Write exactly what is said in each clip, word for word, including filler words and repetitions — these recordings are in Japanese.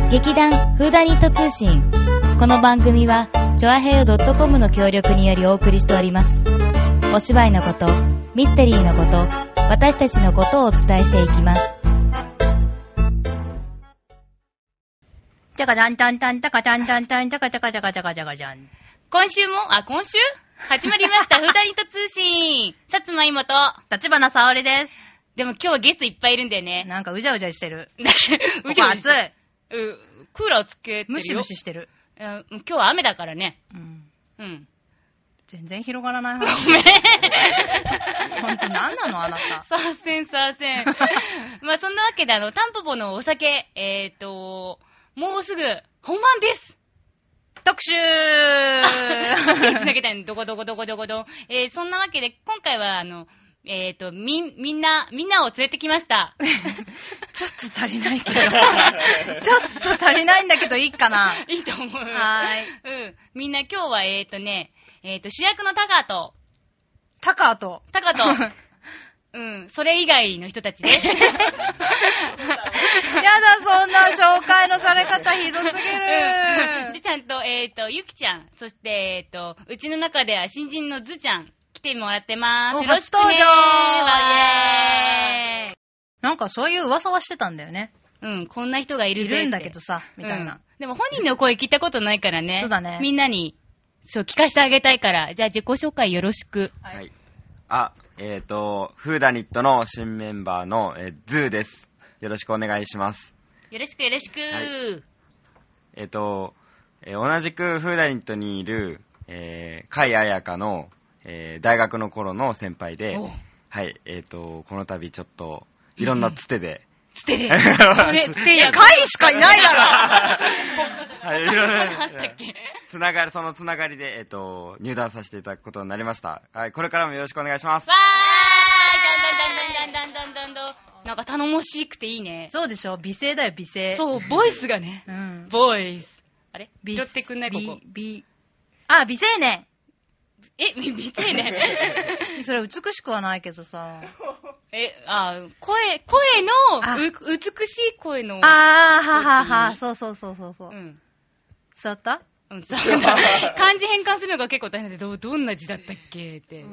劇団フーダニット通信。この番組はチョアヘヨ .com の協力によりお送りしております。お芝居のこと、ミステリーのこと、私たちのことをお伝えしていきます。 タカタンタンタンタカタンタンタンタカタカタカタカタカジャン。 今週も、あ、今週始まりました。フーダニット通信。薩摩妹と立花沙織です。 でも今日はゲストいっぱいいるんだよね。 なんかうじゃうじゃしてる。 うじゃうじゃ。 暑い。 う、クーラーつけてるよ。 ムシムシしてる。 今日は雨だからね。 うん。 うん。 全然広がらない話。ごめん。 ほんと何なのあなた。 さーせんさーせん。まあそんなわけであの、タンポポのお酒、えーと、もうすぐ本番です。 特集ーつなげたいの、どこどこどこどこど。えー、そんなわけで、今回はあの、えーと、み、みんな、みんなを連れてきました。 ちょっと足りないけど。ちょっと足りないんだけどいいかな。 いいと思う。 はーい。 うん。みんな今日は、えーとね、えーと、主役のタカと、 タカと、 タカと、うん、それ以外の人たちです。やだ、 そんな紹介のされ方ひどすぎる。 うん、じゃちゃんと、えーと、ゆきちゃん、そして、えーと、うちの中では新人のずちゃん、来てもらってます。よろしくねー。 初登場ー。 なんかそういう噂はしてたんだよね。 うん、こんな人がいるぜって。 いるんだけどさ、みたいな、うん。 でも本人の声聞いたことないからね。 そうだね。 みんなに、そう、聞かせてあげたいから。じゃあ自己紹介よろしく。 はい。はい、あ、えっ、ー、と、フーダニットの新メンバーの、えー、ズーです。よろしくお願いします。 よろしくよろしく。はい、 えっ、ー、と、えー、同じくフーダニットにいる、えー、甲斐彩香の、えー、大学の頃の先輩で、はい、えっ、ー、と、この度ちょっと、いろんなつてで、 つてで、これ、つてや、 甲斐しかいないだろはい、いろんな、つながり、そのつながりで、えっ、ー、と、入団させていただくことになりました。はい、これからもよろしくお願いします。 わーい、だんだんだんだんだんだんだん。なんか頼もしくていいね。 そうでしょ、美声だよ、美声。 そう、ボイスがね。 うん。 ボイス。あれ美拾ってくんないここ。 美、あ、美青年。 え、美青年それ美しくはないけどさ。 え、あ、声、声の、う、美しい声の。 あー、ははは、そうそうそうそうそう。うん。伝わった？ うん、伝わった。漢字変換するのが結構大変で、ど、どんな字だったっけって。うん。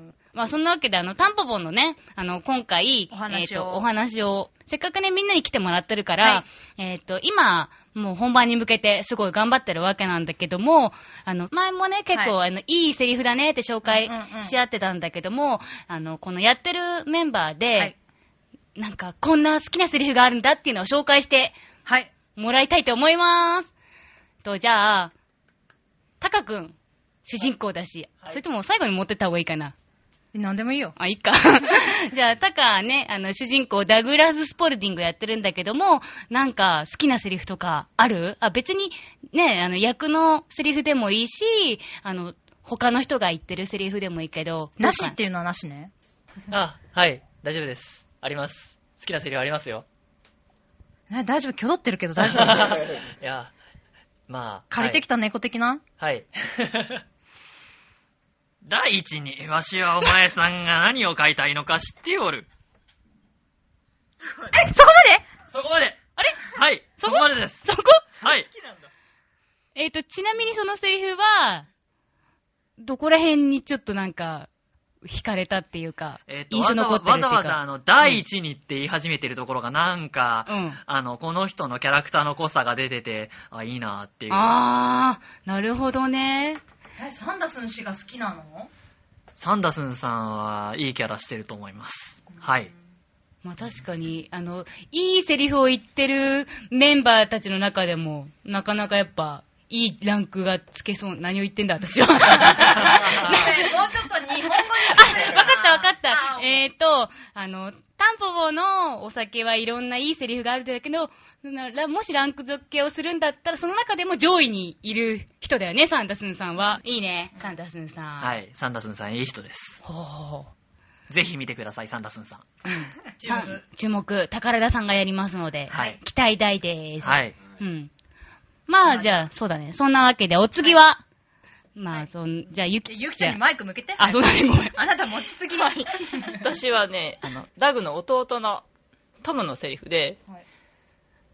まあそんなわけで、あの、タンポポのね、あの、今回、 お話を、 えーと、お話を、せっかくね、みんなに来てもらってるから、はい、えっと、今、もう本番に向けてすごい頑張ってるわけなんだけども、あの、前もね、結構、はい、あの、いいセリフだねって紹介し合ってたんだけども、うんうんうん、あの、このやってるメンバーで、はい、なんか、こんな好きなセリフがあるんだっていうのを紹介して、はい、もらいたいと思います。と、じゃあ、タカくん、主人公だし、はい、それとも最後に持ってった方がいいかな。 なんでもいいよ。 あ、いいか。じゃあ、タカね、あの、主人公、ダグラス・スポルディングやってるんだけども、なんか、好きなセリフとかある？あ、別に、ね、あの、役のセリフでもいいし、あの、他の人が言ってるセリフでもいいけど。 なしっていうのはなしね。 あ、はい、大丈夫です。あります。好きなセリフありますよ。 ね、大丈夫、挙動ってるけど大丈夫。 いや、まあ。 借りてきた猫的な？ はい。第一に、わしはお前さんが何を書いたいのか知っておる。 え、そこまで？ そこまで。 あれ？ はい、そこまでです。 そこ？ はい。 好きなんだ。えっと、ちなみにそのセリフは、どこら辺にちょっとなんか、惹かれたっていうか、えー、印象残ってるっていうか。 わざわざあの、第一にって言い始めてるところがなんか、うん、あの、この人のキャラクターの濃さが出てて、あ、いいなっていう。 あー、なるほどね。 え、サンダスン氏が好きなの？ サンダスンさんはいいキャラしてると思います。はい。 まあ確かに、あの、いいセリフを言ってるメンバーたちの中でも、なかなかやっぱ、いいランクがつけそう。何を言ってんだ、私は。もうちょっと日本語にしてわかったわかった。えーと、あの、タンポポのお酒はいろんないいセリフがあるんだけど、もしランク付けをするんだったら、その中でも上位にいる人だよね、サンダスンさんは。いいね、サンダスンさん。 はい、サンダスンさんいい人です。ほう。ぜひ見てください、サンダスンさん。 うん、注目。注目、宝田さんがやりますので、はい、期待大です。 はい。 うん。まあ、じゃあ、そうだね。そんなわけで、お次は、はい、まあ、そん、じゃあ、ゆき、 ゆきちゃんにマイク向けて。 あ、そうだね、ごめん。 あなた持ちすぎ。 はい、私はね、あの、ダグの弟のトムのセリフで、はい、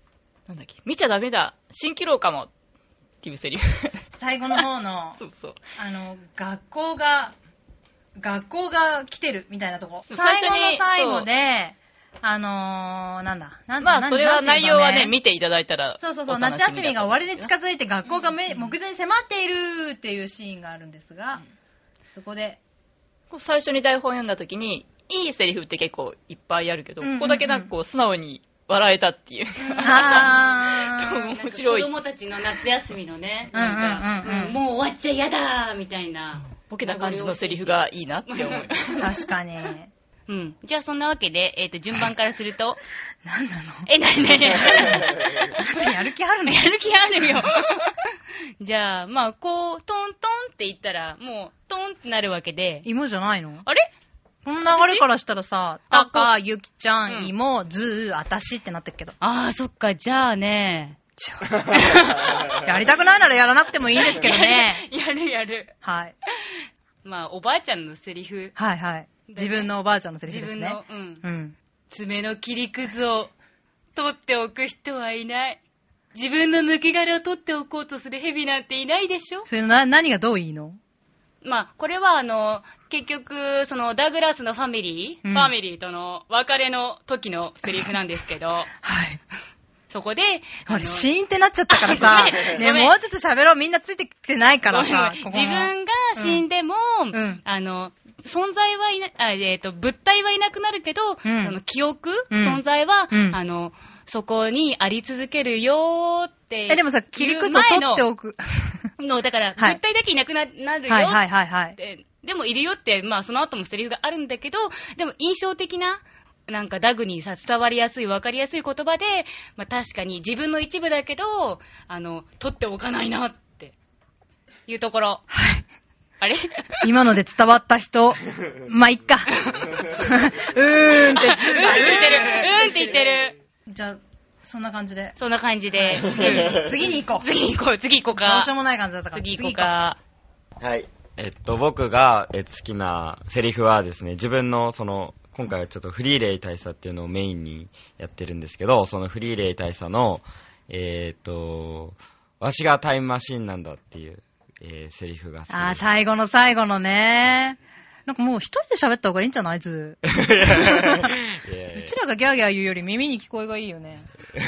なんだっけ、見ちゃダメだ、蜃気楼かもっていうセリフ。 最後の方の、 そうそう。 あの、学校が、学校が来てるみたいなとこ。 最最初に後の最後で、あのー、なんだ、なんまあ、それは内容はね、 見見ていただいたら。 そうそうそう、夏休みが終わりで近づいて学校がめ、目前に迫っているっていうシーンがあるんですが、そこで、 最初に台本読んだ時に、いいセリフって結構いっぱいあるけど、 うんうんうんここだけなんかこう素直に笑えたっていう。 あー。 面白い。 子供たちの夏休みのね、 うんうんうんなんか、うんもう終わっちゃ嫌だーみたいな。 ボケな感じのセリフがいいなって思う。 確かに。 うん。じゃあそんなわけで、えっ、と、順番からすると、 なんなのえ、なになにあんたやる気あるのやる気あるよ。じゃあ、まあ、こう、トントンって言ったら、もう、トンってなるわけで。 芋じゃないのあれこの流れからしたらさ、 あタカ、ゆきちゃうんん、芋、ズー、あたしってなってるけど。 ああ、そっか、じゃあね。 やりたくないならやらなくてもいいんですけどね。 やるやる。 はい。 まあ、おばあちゃんのセリフ。 はいはい。自分のおばあちゃんのセリフですね。 自分の、うん。 うん。 爪の切りくずを取っておく人はいない。自分の抜け殻を取っておこうとする蛇なんていないでしょ。 それな、何がどういいの？ まあ、これはあの、結局、その、ダグラスのファミリー、 うんファミリーとの別れの時のセリフなんですけど、 はい。 そこで、あのこれ、シーンってなっちゃったからさ、ね、 ごめんもうちょっと喋ろう。みんなついてきてないからさごめんごめん、自ここの分が死んでも、 うんあの、存在はいな、あえっ、と、物体はいなくなるけど、 うんその記憶、 うん存在は、 うんあの、そこにあり続けるよーって。 え、でもさ、切り口を取っておく。 く。の、だから、 はい物体だけいなくななるよはいはいはいはい。 で、でもいるよって、まあその後もセリフがあるんだけど、でも印象的な、なんかダグにさ、伝わりやすい、わかりやすい言葉で、まあ確かに自分の一部だけど、あの、取っておかないなっていうところ。 はい。 あれ今ので伝わった人、まあ、いっか。うーんってうんって言ってる。うんって言ってる。 じゃあ、そんな感じで。 そんな感じで。 次に行こう。 次行こう、次行こうかどうしよう。もない感じだったから。 次行こうか。 はい。えっと、僕がえ好きなセリフはですね、自分のその、今回はちょっとフリーレイ大佐っていうのをメインにやってるんですけど、そのフリーレイ大佐の、えー、っと、わしがタイムマシンなんだっていう、えー、セリフが好きです。 あー、最後の最後のね。なんかもう一人で喋った方がいいんじゃないずいやいやうちらがギャーギャー言うより耳に聞こえがいいよね。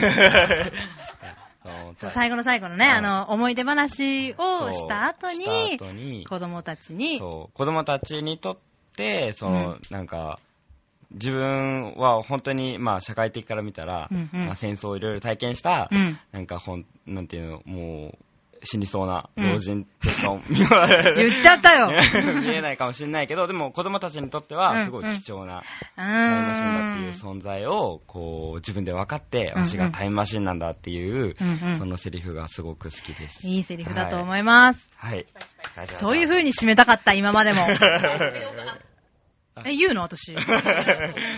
そう最後の最後のね、 はいあの、思い出話をした後しに、 た後に子供たちに、 そう、子供たちにとって、その、 うんなんか、自分は本当に、まあ、社会的から見たら、 うんうんまあ、戦争をいろいろ体験した、 うんなんか、ほん、なんていうの、もう、死にそうなうん老人としか見,、 言っちゃったよ。 見えないかもしれないけど、でも子供たちにとっては、すごい貴重なタイムマシンだっていう存在を、こう、自分で分かって、 うんうんわしがタイムマシンなんだっていう、 うんうんそのセリフがすごく好きです。 いいセリフだと思います。 はい。 そういう風に締めたかった、今までも。 あえ、言うの私。 そうだそうだ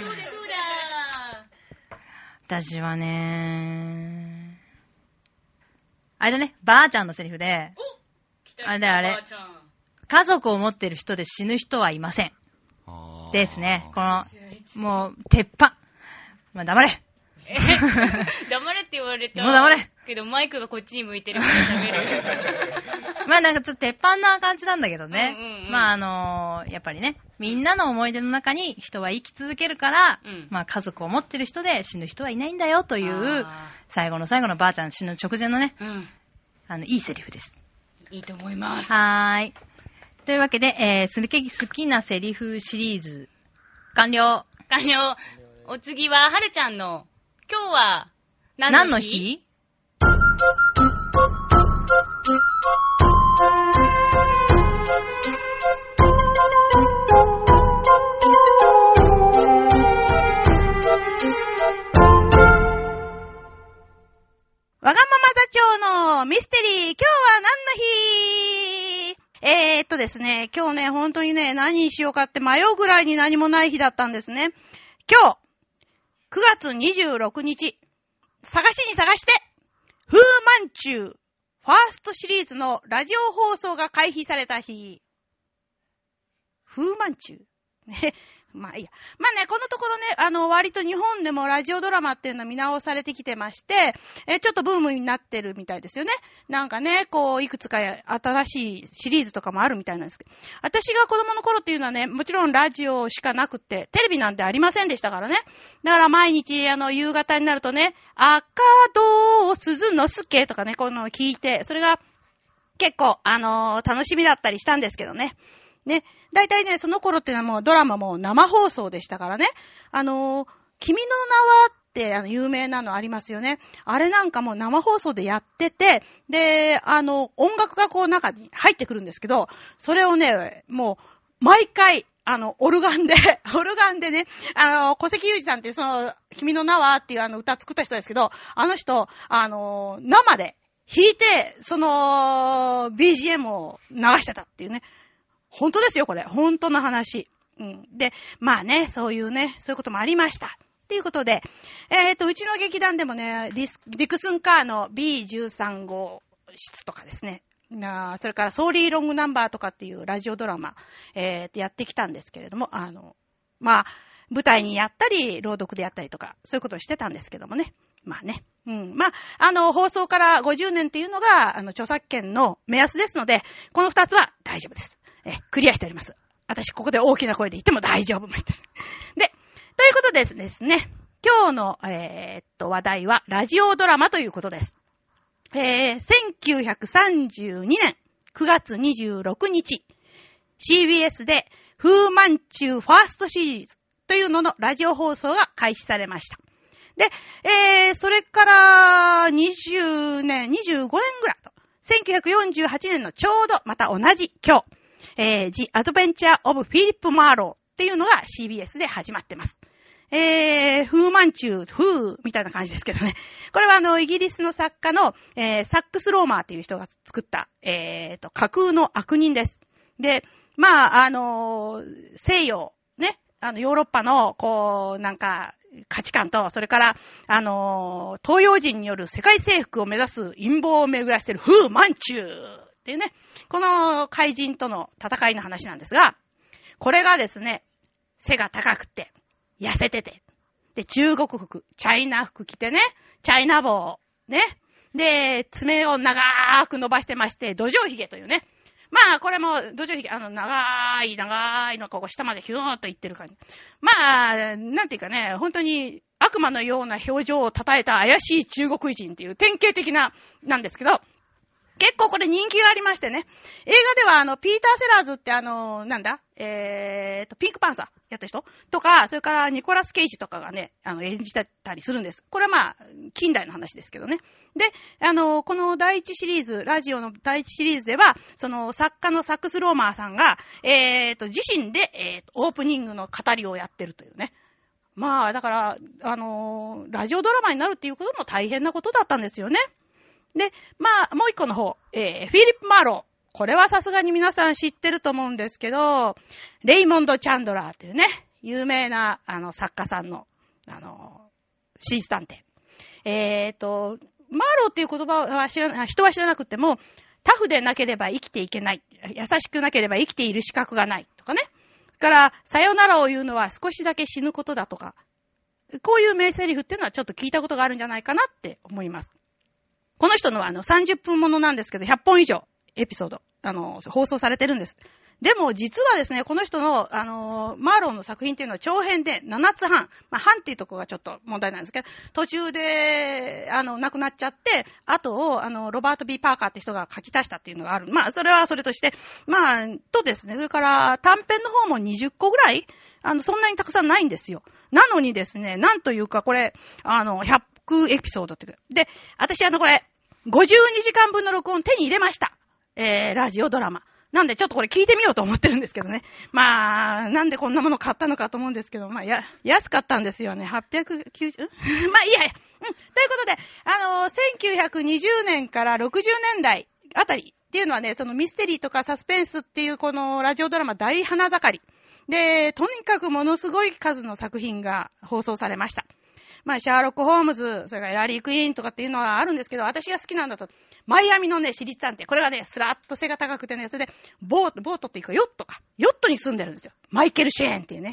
私はね、あれだね、ばあちゃんのセリフで、あれだよあれ家族を持ってる人で死ぬ人はいません。 あーですね。この、もう、鉄板。まあ、黙れ。 え黙れって言われた。 もう黙れ。 けどマイクがこっちに向いてるから喋る。 まあなんかちょっと鉄板な感じなんだけどね。 うんうんうんまああのーやっぱりね、みんなの思い出の中に人は生き続けるから、 うんまあ家族を持ってる人で死ぬ人はいないんだよというあ、 最後の最後のばあちゃん死ぬ直前のね、 うん。 あの、いいセリフです。 いいと思います。 はーい。というわけで、えー、するけ好きなセリフシリーズ、完了。 完了。お次は、はるちゃんの、今日は何の日、 何の日わがまま座長のミステリー、今日は何の日えーっとですね、今日ね、本当にね、何にしようかって迷うぐらいに何もない日だったんですね。今日、くがつにじゅうろくにち、探しに探して、風満中、ファーストシリーズのラジオ放送が開始された日。風満中ね、 まあいいや。まあね、このところね、あの、割と日本でもラジオドラマっていうのは見直されてきてまして、え、ちょっとブームになってるみたいですよね。なんかね、こう、いくつか新しいシリーズとかもあるみたいなんですけど、私が子供の頃っていうのはね、もちろんラジオしかなくって、テレビなんてありませんでしたからね。だから毎日、あの、夕方になるとね、赤戸鈴之助とかね、こういうのを聞いて、それが結構、あのー、楽しみだったりしたんですけどね。ね、大体ね、その頃っていうのはもうドラマも生放送でしたからね。あのー、君の名はってあの有名なのありますよね。あれなんかもう生放送でやってて、で、あの、音楽がこう中に入ってくるんですけど、それをね、もう、毎回、あの、オルガンで、オルガンでね、あの、小関裕二さんってその、君の名はっていうあの歌作った人ですけど、あの人、あの、生で弾いて、その、ビージーエム を流してたっていうね。本当ですよ、これ。本当の話。うん。で、まあね、そういうね、そういうこともありました。っていうことで、えっと、うちの劇団でもね、ディス、ディクスンカーの ビーじゅうさん 号室とかですね、なそれからソーリーロングナンバーとかっていうラジオドラマ、えー、やってきたんですけれども、あの、まあ、舞台にやったり、朗読でやったりとか、そういうことをしてたんですけどもね。まあね。うん。まあ、あの、放送からごじゅうねんっていうのが、あの、著作権の目安ですので、この二つは大丈夫です。え、クリアしております。私、ここで大きな声で言っても大丈夫。で、ということでですね、今日の、えー、っと、話題は、ラジオドラマということです。えー、せんきゅうひゃくさんじゅうにねんくがつにじゅうろくにち、シービーエス で、フーマンチューファーストシリーズというののラジオ放送が開始されました。で、えー、それからにじゅうねん、にじゅうごねんぐらいと、せんきゅうひゃくよんじゅうはちねんのちょうどまた同じ今日、えー、The Adventure of Philip Marlowe っていうのが シービーエス で始まってます。えー、フーマンチュー、フーみたいな感じですけどね。これはあの、イギリスの作家の、えー、サックス・ローマーっていう人が作った、えーと、架空の悪人です。で、まあ、あのー、西洋、ね、あの、ヨーロッパの、こう、なんか、価値観と、それから、あのー、東洋人による世界征服を目指す陰謀を巡らしているフーマンチューっていうね、この怪人との戦いの話なんですが、これがですね、背が高くて、痩せてて、で、中国服、チャイナ服着てね、チャイナ帽、ね、で、爪を長く伸ばしてまして、土壌髭というね、まあ、これも、土壌髭、あの、長い、長いの、ここ下までヒューッといってる感じ。まあ、なんていうかね、本当に悪魔のような表情を称えた怪しい中国人っていう典型的な、なんですけど、結構これ人気がありましてね。映画ではあの、ピーター・セラーズってあの、なんだえーと、ピンクパンサーやった人とか、それからニコラス・ケイジとかがね、あの、演じてたりするんです。これはまあ、近代の話ですけどね。で、あの、この第一シリーズ、ラジオの第一シリーズでは、その作家のサックス・ローマーさんが、えーと、自身で、えーと、オープニングの語りをやってるというね。まあ、だから、あの、ラジオドラマになるっていうことも大変なことだったんですよね。で、まあ、もう一個の方、えー、フィリップ・マーロー。これはさすがに皆さん知ってると思うんですけど、レイモンド・チャンドラーっていうね、有名な、あの、作家さんの、あの、シーズ探偵。えーと、マーローっていう言葉は知らない、人は知らなくても、タフでなければ生きていけない。優しくなければ生きている資格がないとかね。から、さよならを言うのは少しだけ死ぬことだとか、こういう名台詞っていうのはちょっと聞いたことがあるんじゃないかなって思います。この人のはあのさんじゅっぷんものなんですけど、ひゃっぽん以上エピソード、あの、放送されてるんです。でも実はですね、この人の、あのー、マーローの作品っていうのは長編でななつはん。まあ、半っていうところがちょっと問題なんですけど、途中で、あの、亡くなっちゃって、後を、あの、ロバート・ビー・パーカーって人が書き足したっていうのがある。まあ、それはそれとして、まあ、とですね、それから短編の方もにじゅっこぐらい、あの、そんなにたくさんないんですよ。なのにですね、なんというかこれ、あの、ひゃくエピソードっていう。で、私あの、これ、ごじゅうにじかんぶんの録音手に入れました。えー、ラジオドラマ。なんでちょっとこれ聞いてみようと思ってるんですけどね。まあ、なんでこんなもの買ったのかと思うんですけど、まあ、や、安かったんですよね。はっぴゃくきゅうじゅう? まあ、いいやいや。うん。ということで、あのー、せんきゅうひゃくにじゅうねんからろくじゅうねんだいあたりっていうのはね、そのミステリーとかサスペンスっていうこのラジオドラマ大花盛り。で、とにかくものすごい数の作品が放送されました。まあ、シャーロック・ホームズ、それからラリー・クイーンとかっていうのはあるんですけど、私が好きなんだと、マイアミのね、私立探偵。これがね、スラッと背が高くてね、それで、ボート、ボートっていうか、ヨットか。ヨットに住んでるんですよ。マイケル・シェーンっていうね、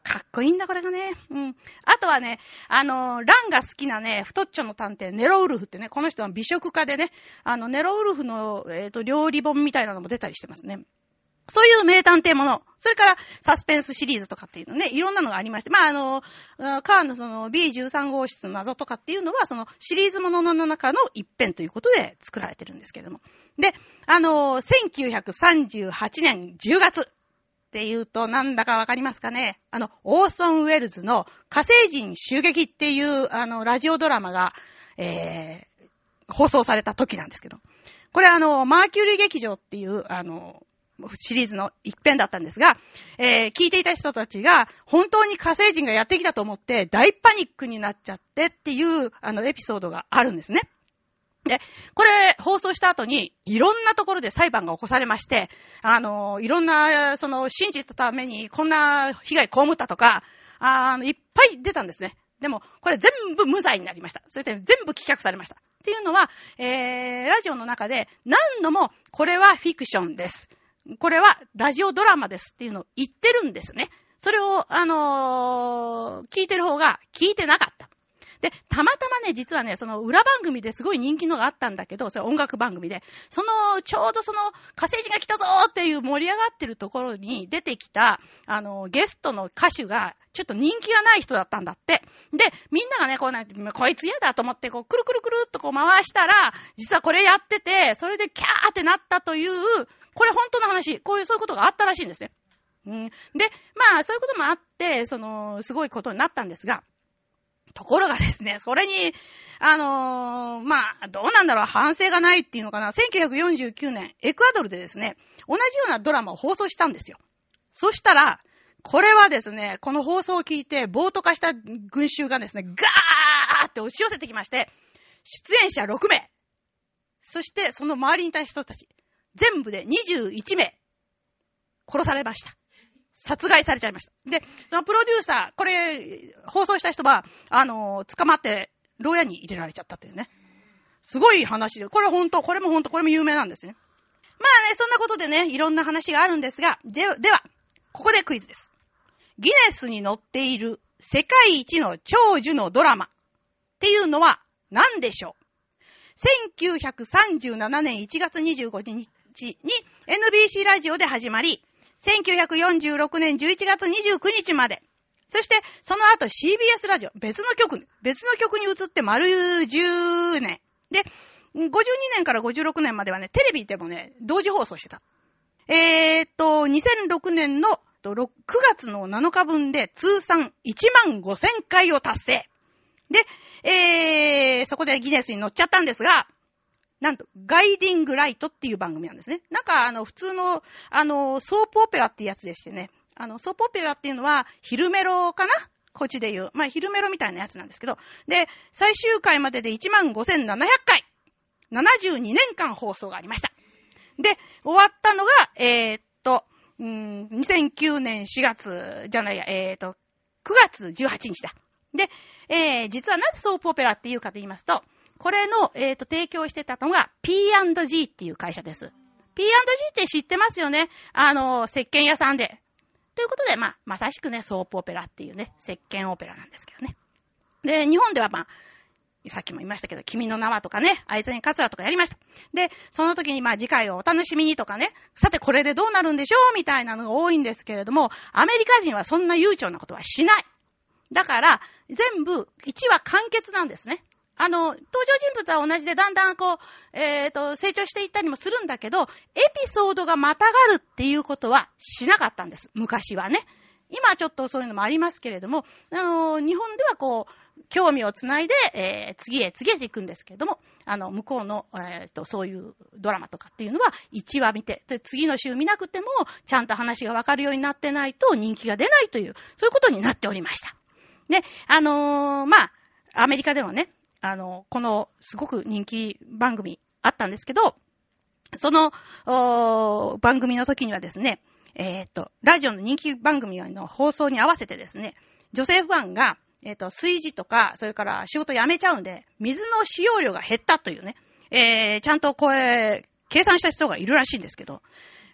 かっこいいんだ、これがね。うん。あとはね、あのー、ランが好きなね、太っちょの探偵、ネロウルフってね、この人は美食家でね、あの、ネロウルフの、えっと、料理本みたいなのも出たりしてますね。そういう名探偵もの、それからサスペンスシリーズとかっていうのね、いろんなのがありまして、まあ、あの、カーンのその ビーじゅうさん 号室の謎とかっていうのは、そのシリーズものの中の一編ということで作られてるんですけれども。で、あの、せんきゅうひゃくさんじゅうはちねんじゅうがつっていうとなんだかわかりますかね。あの、オーソン・ウェルズの火星人襲撃っていう、あの、ラジオドラマが、えー、放送された時なんですけど。これあの、マーキュリー劇場っていう、あの、シリーズの一編だったんですが、えー、聞いていた人たちが本当に火星人がやってきたと思って大パニックになっちゃってっていうあのエピソードがあるんですね。で、これ放送した後にいろんなところで裁判が起こされまして、あの、いろんなその信じたためにこんな被害被ったとか、あの、いっぱい出たんですね。でも、これ全部無罪になりました。それで全部棄却されました。っていうのは、えー、ラジオの中で何度もこれはフィクションです。これはラジオドラマですっていうのを言ってるんですね。それを、あのー、聞いてる方が聞いてなかった。で、たまたまね、実はね、その裏番組ですごい人気のがあったんだけど、それ音楽番組で、その、ちょうどその火星人が来たぞーっていう盛り上がってるところに出てきた、あのー、ゲストの歌手が、ちょっと人気がない人だったんだって。で、みんながね、こうなんて、こいつ嫌だと思って、こう、くるくるくるっとこう回したら、実はこれやってて、それでキャーってなったという、これ本当の話、こういう、そういうことがあったらしいんですね。うん、で、まあ、そういうこともあって、その、すごいことになったんですが、ところがですね、それに、あのー、まあ、どうなんだろう、反省がないっていうのかな、せんきゅうひゃくよんじゅうきゅうねん、エクアドルでですね、同じようなドラマを放送したんですよ。そしたら、これはですね、この放送を聞いて、暴徒化した群衆がですね、ガーって押し寄せてきまして、出演者ろくめい、そしてその周りにいた人たち、全部でにじゅういちめい殺されました。殺害されちゃいました。で、そのプロデューサー、これ、放送した人は、あの、捕まって、牢屋に入れられちゃったというね。すごい話で、これ本当、これも本当、これも有名なんですね。まあね、そんなことでね、いろんな話があるんですが、で、では、ここでクイズです。ギネスに載っている世界一の長寿のドラマっていうのは何でしょう？せんきゅうひゃくさんじゅうななねんいちがつにじゅうごにちに エヌビーシー ラジオで始まり、せんきゅうひゃくよんじゅうろくねんじゅういちがつにじゅうくにちまで、そしてその後 シービーエス ラジオ、別の曲、別の曲に移って丸じゅうねん。で、ごじゅうにねんからごじゅうろくねんまではね、テレビでもね、同時放送してた。えーっと、にせんろくねんのくがつのなのかぶんで通算いちまんごせんかいを達成。で、えー、そこでギネスに載っちゃったんですが、なんと、ガイディングライトっていう番組なんですね。なんか、あの、普通の、あの、ソープオペラっていうやつでしてね。あの、ソープオペラっていうのは、昼メロかな？こっちで言う。まあ、昼メロみたいなやつなんですけど。で、最終回まででいちまんごせんななひゃっかい。ななじゅうにねんかん放送がありました。で、終わったのが、えー、っと、うーん、にせんきゅうねんしがつじゃないや、えー、っと、くがつじゅうはちにちだ。で、えー、実はなぜソープオペラっていうかと言いますと、これの、えー、と、提供してたのが ピーアンドジー っていう会社です。ピーアンドジー って知ってますよね。あの、石鹸屋さんで。ということで、まあ、まさしくね、ソープオペラっていうね、石鹸オペラなんですけどね。で、日本ではまあ、さっきも言いましたけど、君の名はとかね、愛染桂とかやりました。で、その時にまあ次回をお楽しみにとかね、さてこれでどうなるんでしょうみたいなのが多いんですけれども、アメリカ人はそんな悠長なことはしない。だから、全部いちわ完結なんですね。あの、登場人物は同じでだんだんこう、えっと、成長していったりもするんだけど、エピソードがまたがるっていうことはしなかったんです。昔はね。今はちょっとそういうのもありますけれども、あの、日本ではこう、興味をつないで、えー、次へ次へと行くんですけれども、あの、向こうの、えー、と、そういうドラマとかっていうのはいちわ見て、で、次の週見なくても、ちゃんと話がわかるようになってないと人気が出ないという、そういうことになっておりました。で、あのー、まあ、アメリカではね、あの、このすごく人気番組あったんですけど、その番組の時にはですね、えっと、ラジオの人気番組の放送に合わせてですね、女性ファンが、えっと、炊事とか、それから仕事辞めちゃうんで、水の使用量が減ったというね、えー、ちゃんとこれ、計算した人がいるらしいんですけど、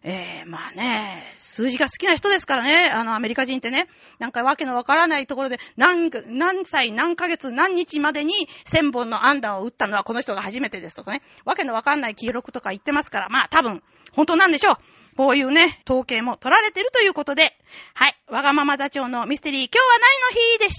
えー、まあね、数字が好きな人ですからね、あの、アメリカ人ってね、なんかわけのわからないところで、何、何歳、何ヶ月、何日までにせんぼんのアンダーを打ったのはこの人が初めてですとかね、わけのわかんない記録とか言ってますから、まあ多分、本当なんでしょう。こういうね、統計も取られてるということで、はい、わがまま座長のミステリー、今日は何の日でした。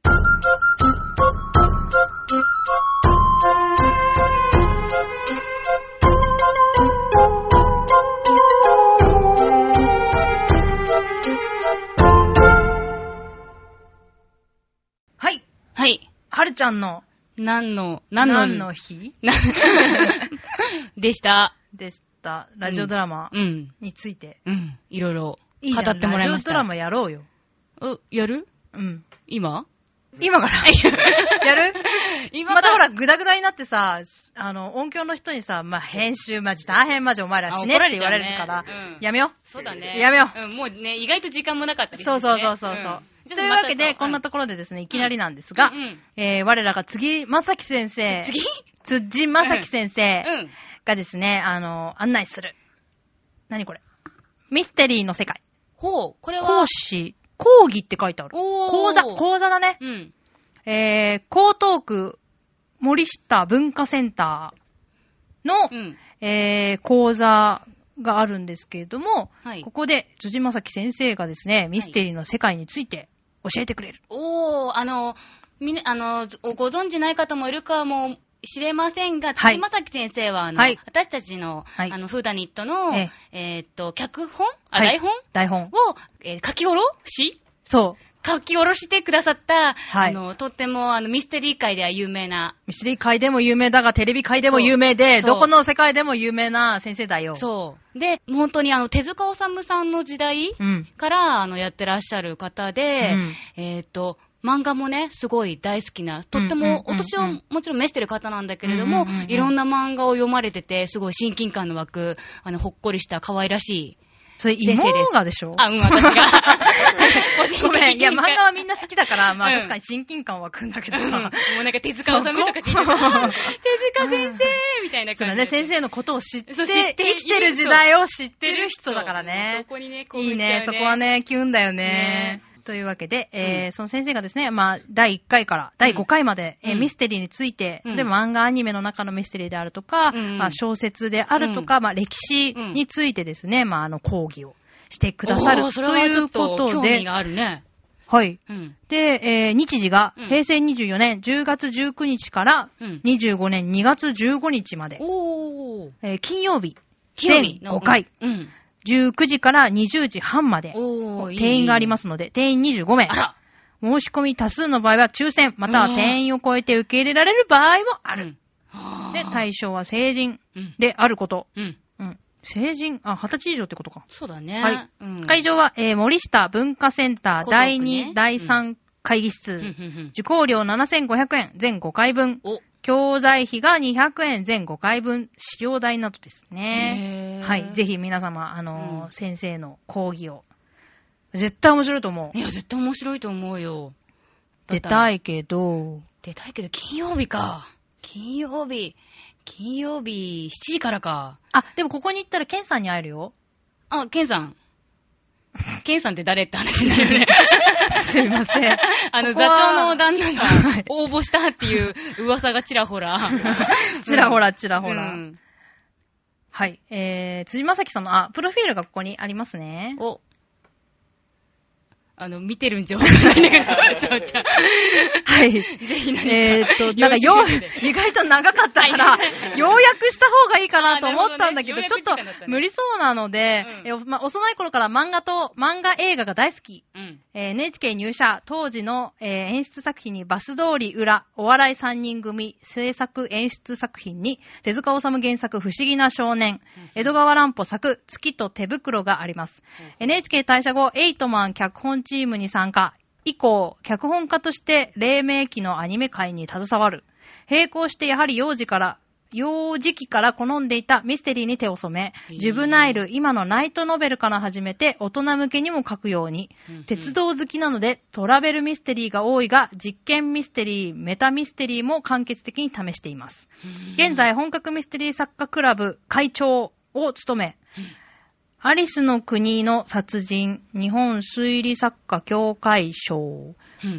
はい。 はい。 はるちゃんの、 何の、何の、 何の日でした。 でした。ラジオドラマについて。 うん。うん、いろいろ語ってもらいました。 ラジオドラマやろうよ。 う、やる？ うん。 今？ 今からやる今またほら、グダグダになってさ、あの、音響の人にさ、まあ、編集マジ大変マジお前らしねって言われるから、ねうん、やめよう。 そうだね。 やめよう、 うん。もうね、意外と時間もなかったりする、ね。 そうそうそうそうそう、うん。というわけで、こんなところでですね、いきなりなんですが、うんうん、えー、我らが次、まさき先生。 次辻まさき先生がですね、あの、案内する。何これ？ミステリーの世界。 ほう、これは講師、講義って書いてある。講座、講座だね。うん。えー、江東区森下文化センターの、うん、えー、講座があるんですけれども、はい、ここで辻正樹先生がですね、ミステリーの世界について教えてくれる。 はい、おー、あの、みね、あの、ご存知ない方もいるかもしれませんが、辻正樹先生は、あの、はい、私たちの、はい、あの、フーダニットの、ええー、っと、脚本あ、はい、台本台本を、えー、書き下ろしそう。 書き下ろしてくださった、はい、あの、とっても、あの、ミステリー界では有名な。 ミステリー界でも有名だが、テレビ界でも有名で、どこの世界でも有名な先生だよ。 そう。で、本当にあの、手塚治虫さんの時代から、うん、あの、やってらっしゃる方で、うん、えっと、漫画もね、すごい大好きな、とっても、お年をもちろん召してる方なんだけれども、うんうんうんうん、いろんな漫画を読まれてて、すごい親近感の湧く、あの、ほっこりした可愛らしい、 それ、妹がでしょ？ あ、うん、私が。 ごめん。いや、漫画はみんな好きだから、まあ、うん、確かに親近感湧くんだけどさ。うん、もうなんか手塚治虫とか聞いてた。手塚先生みたいな感じ。 そうだね、先生のことを知って、知って生きてる時代を知ってる人だからね。 そこにね、 こういいね、そこはね、キュンだよね。ねというわけで、えーうん、その先生がですね、まあ、だいいっかいからだいごかいまで、うんえー、ミステリーについて、うん、例えば漫画アニメの中のミステリーであるとか、うんまあ、小説であるとか、うんまあ、歴史についてですね、まあ、あの、講義をしてくださるということで、興味があるね。 はい。うん、で、えー、日時が平成にじゅうよねんじゅうがつじゅうくにちからにじゅうごねんにがつじゅうごにちまで、うんえー、金曜日、全ごかい。うんうんじゅうくじからにじゅうじはんまで定員がありますので、定員にじゅうごめい。申し込み多数の場合は抽選、または定員を超えて受け入れられる場合もある。うん、で、対象は成人であること。うんうん、成人、あ、はたち以上ってことか。 そうだね。 はい。うん、会場は、えー、森下文化センターだいに、だいさん会議室。うん、受講料ななせんごひゃくえん、全ごかいぶん。教材費がにひゃくえん、全ごかいぶん、使用代などですね。はい。ぜひ皆様、あのーうん、先生の講義を。絶対面白いと思う。 いや、絶対面白いと思うよ。 出たいけど。 出たいけど、金曜日か。金曜日。金曜日、しちじからか。 あ、でもここに行ったらケンさんに会えるよ。 あ、ケンさん。ケンさんって誰って話になるよね。 すいません。 あの、座長の旦那が応募したっていう噂がちらほら。 ちらほら、ちらほら。うん、はい。えー、辻正樹さんの、あ、プロフィールがここにありますね。 お。あの、見てるんじゃわからないんだけど、そうちゃん。 はい。ぜひ何か。えーっと、なんかよう、意外と長かったから、要約した方がいいかなと思ったんだけど、ちょっと無理そうなので、うん、えま、幼い頃から漫画と、漫画映画が大好き。うんえー、エヌエイチケー 入社、当時の、えー、演出作品にバス通り裏、お笑いさんにん組、制作演出作品に、手塚治虫原作不思議な少年、うん、江戸川乱歩作、月と手袋があります。うん、エヌエイチケー 退社後、エイトマン脚本チームに参加。以降、脚本家として黎明期のアニメ界に携わる。並行してやはり幼児から、幼児期から好んでいたミステリーに手を染め、ジュブナイル、今のナイトノベルから始めて大人向けにも書くように、うんうん、鉄道好きなのでトラベルミステリーが多いが、実験ミステリー、メタミステリーも完結的に試しています。現在、本格ミステリー作家クラブ会長を務め、 アリスの国の殺人、日本推理作家協会賞、うん、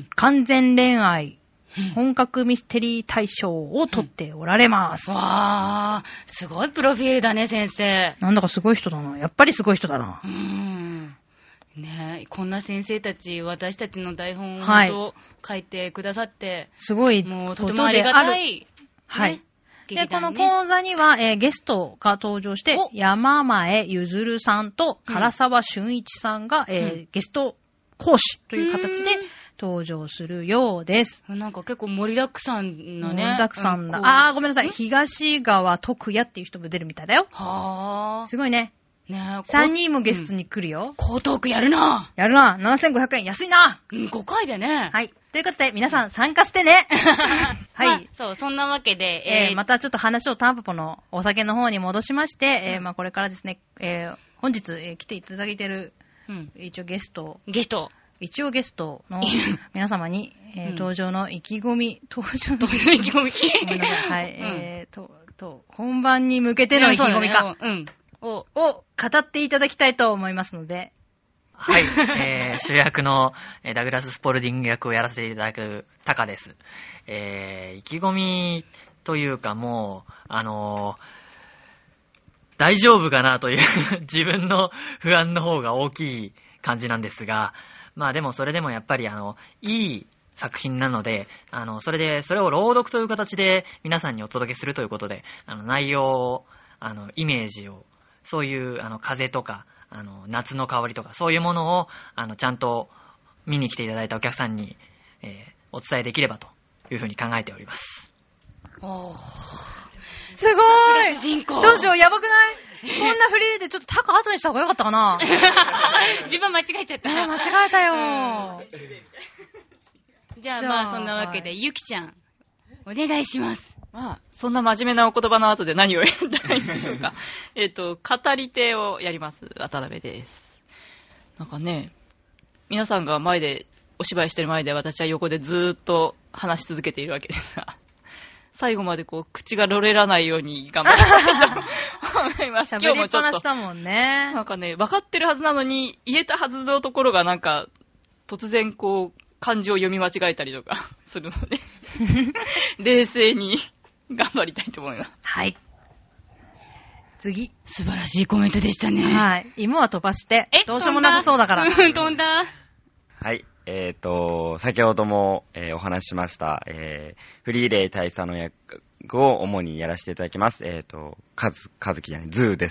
完全恋愛、うん、本格ミステリー大賞を取っておられます。 うん、わー、すごいプロフィールだね、先生。 なんだかすごい人だな。やっぱりすごい人だな。 うーん。ねえ、こんな先生たち、私たちの台本を書いてくださって、 すごい、 もうとてもありがたい。 はい。で、この講座には、えー、ゲストが登場して、山前ゆずるさんと唐沢俊一さんが、うん、えー、ゲスト講師という形で登場するようです。 なんか結構盛りだくさんのね。 盛りだくさんだ。あー、ごめんなさい。東川徳也っていう人も出るみたいだよ。 はー。 すごいね。ねえ、さんにんもゲストに来るよ。 高等区やるな。 やるな。ななせんごひゃくえん安いな。 うん、ごかいでね。 はい。ということで、皆さん参加してね。 はい、まあ。そう、そんなわけで、 えー、またちょっと話をタンポポのお酒の方に戻しまして、うん、えー、まあこれからですね、えー、本日、えー、来ていただいている、うん、一応ゲスト。 ゲスト。 一応ゲストの皆様に、えーうん、登場の意気込み、登場の意気込み。 ごめんなさい。はい。うん、えーと、と、本番に向けての意気込みか。 うん。 を、を語っていただきたいと思いますので。 はい、えー、主役のダグラス・スポルディング役をやらせていただくタカです。えー、意気込みというかもう、あのー、大丈夫かなという自分の不安の方が大きい感じなんですが、まあでもそれでもやっぱりあの、いい作品なので、あの、それで、それを朗読という形で皆さんにお届けするということで、あの、内容を、あの、イメージを、そういう、あの、風とか、あの、夏の香りとか、そういうものを、あの、ちゃんと見に来ていただいたお客さんに、えー、お伝えできればというふうに考えております。 おー。 すごーい。 主人公。 どうしよう、やばくないこんなフリーでちょっとタカ後にした方がよかったかな自分間違えちゃった。 間違えたよ。 じゃあまあ、そんなわけで、はい、ゆきちゃん、お願いします。 まあ、そんな真面目なお言葉の後で何をやったらいいんでしょうか。えっと、語り手をやります、渡辺です。なんかね、皆さんが前で、お芝居してる前で私は横でずーっと話し続けているわけですが、最後までこう、口がろれらないように頑張りたいと思います。 喋りっぱなしだもんね。 なんかね、分かってるはずなのに、言えたはずのところがなんか、突然こう、漢字を読み間違えたりとかするので、冷静に頑張りたいと思います。 はい。次。 素晴らしいコメントでしたね。 はい。芋は飛ばして、どうしようもなさそうだから。 うん、飛んだ。 はい。えっ、ー、と、先ほども、えー、お話ししました、えー、フリーレイ大佐の役を主にやらせていただきます。えっ、ー、と、カズ、カズキじゃない、ズーです。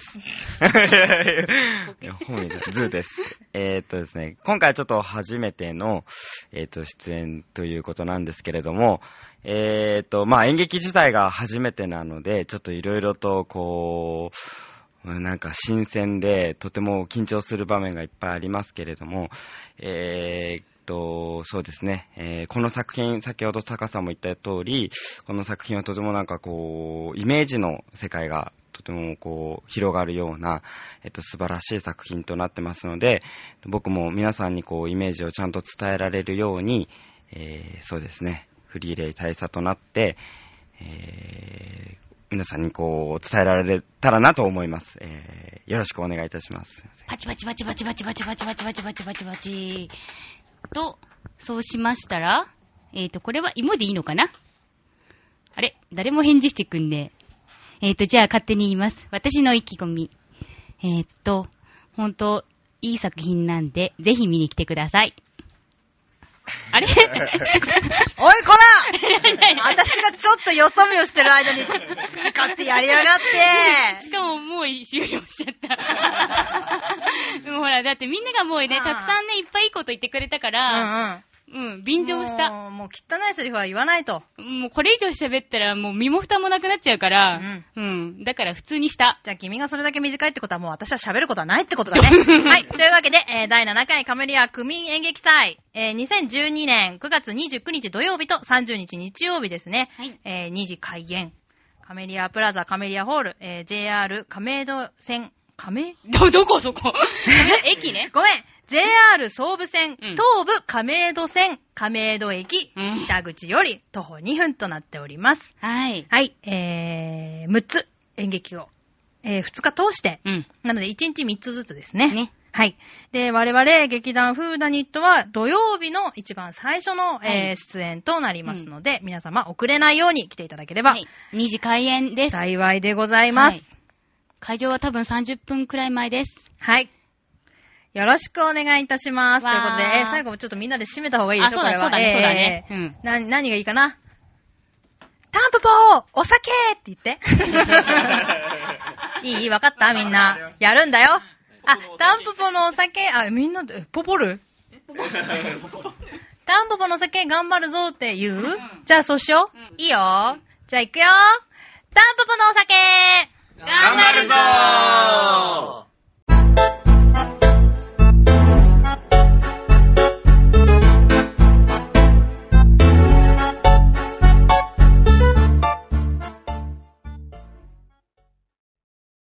本名ズーです。えっ、ー、とですね、今回ちょっと初めての、えっ、ー、と、出演ということなんですけれども、えっ、ー、と、まあ、演劇自体が初めてなので、ちょっといろいろと、こう、なんか新鮮で、とても緊張する場面がいっぱいありますけれども、えー、とそうですね、えー、この作品、先ほど高さんも言った通り、この作品はとてもなんかこう、イメージの世界がとてもこう、広がるような、えっと、素晴らしい作品となってますので、僕も皆さんにこう、イメージをちゃんと伝えられるように、えー、そうですね、フリーレイ大佐となって、えー、皆さんにこう、伝えられたらなと思います。えー、よろしくお願いいたします。 パチパチパチパチパチパチパチパチパチパチパチパチと、そうしましたら、えっと、これは芋でいいのかな？あれ？誰も返事してくんで。えっと、じゃあ勝手に言います。私の意気込み。えっと、ほんと、いい作品なんで、ぜひ見に来てください。あれおいこら私がちょっとよそ見をしてる間に好き勝手やりやがってしかももう終了しちゃったでもほらだってみんながもうねたくさんねいっぱいいいこと言ってくれたからうんうん、うん、便乗したもう、もう汚いセリフは言わないともうこれ以上喋ったらもう身も蓋もなくなっちゃうからうん、うん、だから普通にしたじゃあ君がそれだけ短いってことはもう私は喋ることはないってことだねはいというわけで、えー、だいななかいカメリア区民演劇祭、えー、にせんじゅうにねんくがつにじゅうくにち土曜日とさんじゅうにち日曜日ですね、はいえー、にじ開演カメリアプラザカメリアホール、えー、ジェイアール 亀戸線亀ど、どこそこ駅ねごめんジェイアール 総武線、うん、東武亀戸線、亀戸駅、うん、北口より徒歩にふんとなっております。 はい。 はい、えー、むっつ演劇を、 えー、ふつか通して、 うん。 なのでいちにちみっつずつですね。 ね。 はい。で、我々、劇団フーダニットは土曜日の一番最初の、えーはい出演となりますので、皆様遅れないように来ていただければ、 はい。にじ開演です。 幸いでございます。 はい会場は多分さんじゅっぷんくらい前です。 はい。よろしくお願いいたします。とわーいうことで、えー最後もちょっとみんなで締めた方がいいであ、 しょ、 そうだ、 これは。 そうだね、 えーそうだね。うん。 な、何がいいかな。タンポポお酒って言って。いいわかったみんな。やるんだよ。あ、タンポポのお酒、あ、みんなで、えポポるタンポポのお酒頑張るぞって言う、じゃあそうしよう。いいよ。じゃあ行くよ。タンポポのお酒頑張るぞー